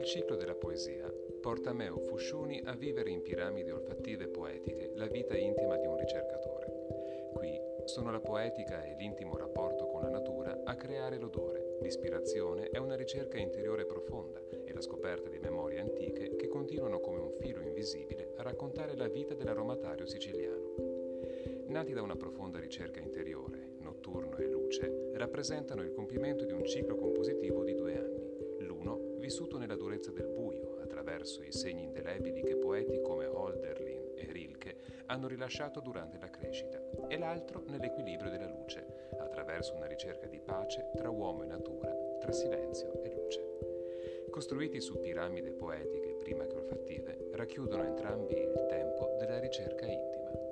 ciclo della poesia porta Meo Fusciuni a vivere in piramidi olfattive poetiche la vita intima di un ricercatore. Qui sono la poetica e l'intimo rapporto con la natura a creare l'odore. L'ispirazione è una ricerca interiore profonda e la scoperta di memorie antiche che continuano come un filo invisibile a raccontare la vita dell'aromatario siciliano. Nati da una profonda ricerca interiore, Notturno e Luce rappresentano il compimento di un ciclo compositivo di 2 anni. L'uno vissuto nella durezza del buio, attraverso i segni indelebili che poeti come Hölderlin e Rilke hanno rilasciato durante la crescita, e l'altro nell'equilibrio della luce, attraverso una ricerca di pace tra uomo e natura, tra silenzio e luce. Costruiti su piramidi poetiche prima che olfattive, racchiudono entrambi il tempo della ricerca intima.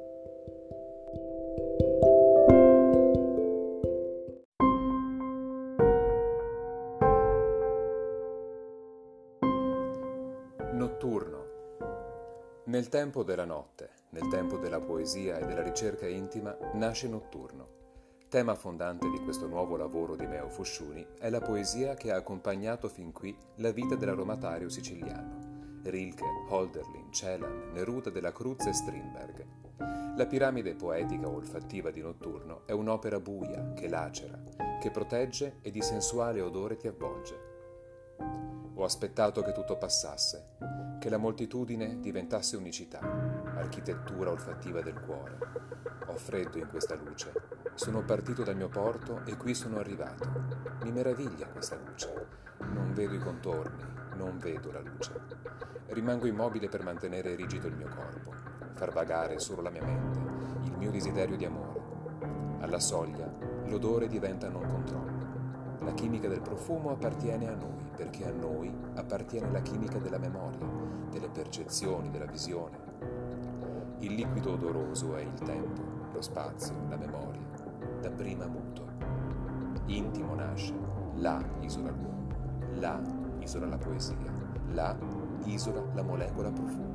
Notturno. Nel tempo della notte, nel tempo della poesia e della ricerca intima, nasce Notturno. Tema fondante di questo nuovo lavoro di Meo Fusciuni è la poesia che ha accompagnato fin qui la vita dell'aromatario siciliano. Rilke, Hölderlin, Celan, Neruda della Cruz e Strindberg. La piramide poetica olfattiva di Notturno è un'opera buia che lacera, che protegge e di sensuale odore ti avvolge. Ho aspettato che tutto passasse, che la moltitudine diventasse unicità, architettura olfattiva del cuore. Ho freddo in questa luce. Sono partito dal mio porto e qui sono arrivato. Mi meraviglia questa luce. Non vedo i contorni, non vedo la luce. Rimango immobile per mantenere rigido il mio corpo, far vagare solo la mia mente, il mio desiderio di amore. Alla soglia, l'odore diventa non controllo. La chimica del profumo appartiene a noi, perché a noi appartiene la chimica della memoria, delle percezioni, della visione. Il liquido odoroso è il tempo, lo spazio, la memoria, dapprima muto. Intimo nasce, là isola l'uomo, là isola la poesia, là isola la molecola profumo.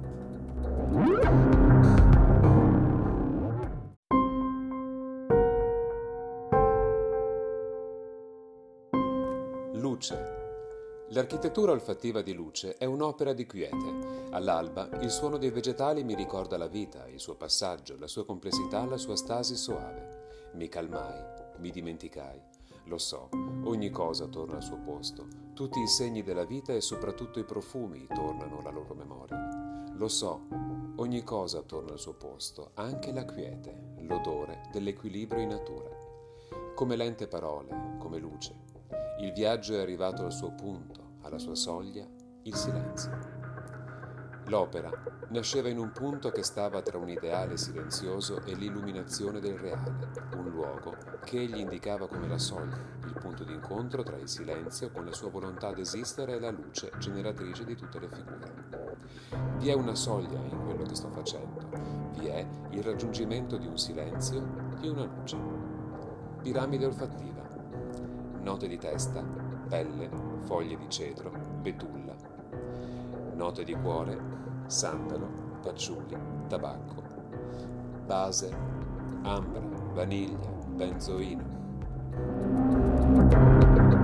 Luce. L'architettura olfattiva di Luce è un'opera di quiete. All'alba il suono dei vegetali mi ricorda la vita, il suo passaggio, la sua complessità, la sua stasi soave. Mi calmai, mi dimenticai. Lo so, ogni cosa torna al suo posto. Tutti i segni della vita e soprattutto i profumi tornano alla loro memoria. Lo so, ogni cosa torna al suo posto, anche la quiete, l'odore dell'equilibrio in natura. Come lente parole, come luce. Il viaggio è arrivato al suo punto, alla sua soglia, il silenzio. L'opera nasceva in un punto che stava tra un ideale silenzioso e l'illuminazione del reale, un luogo che egli indicava come la soglia, il punto d'incontro tra il silenzio con la sua volontà d'esistere e la luce generatrice di tutte le figure. Vi è una soglia in quello che sto facendo, vi è il raggiungimento di un silenzio, di una luce. Piramide olfattiva. Note di testa, pelle, foglie di cedro, betulla. Note di cuore, sandalo, patchouli, tabacco. Base, ambra, vaniglia, benzoino.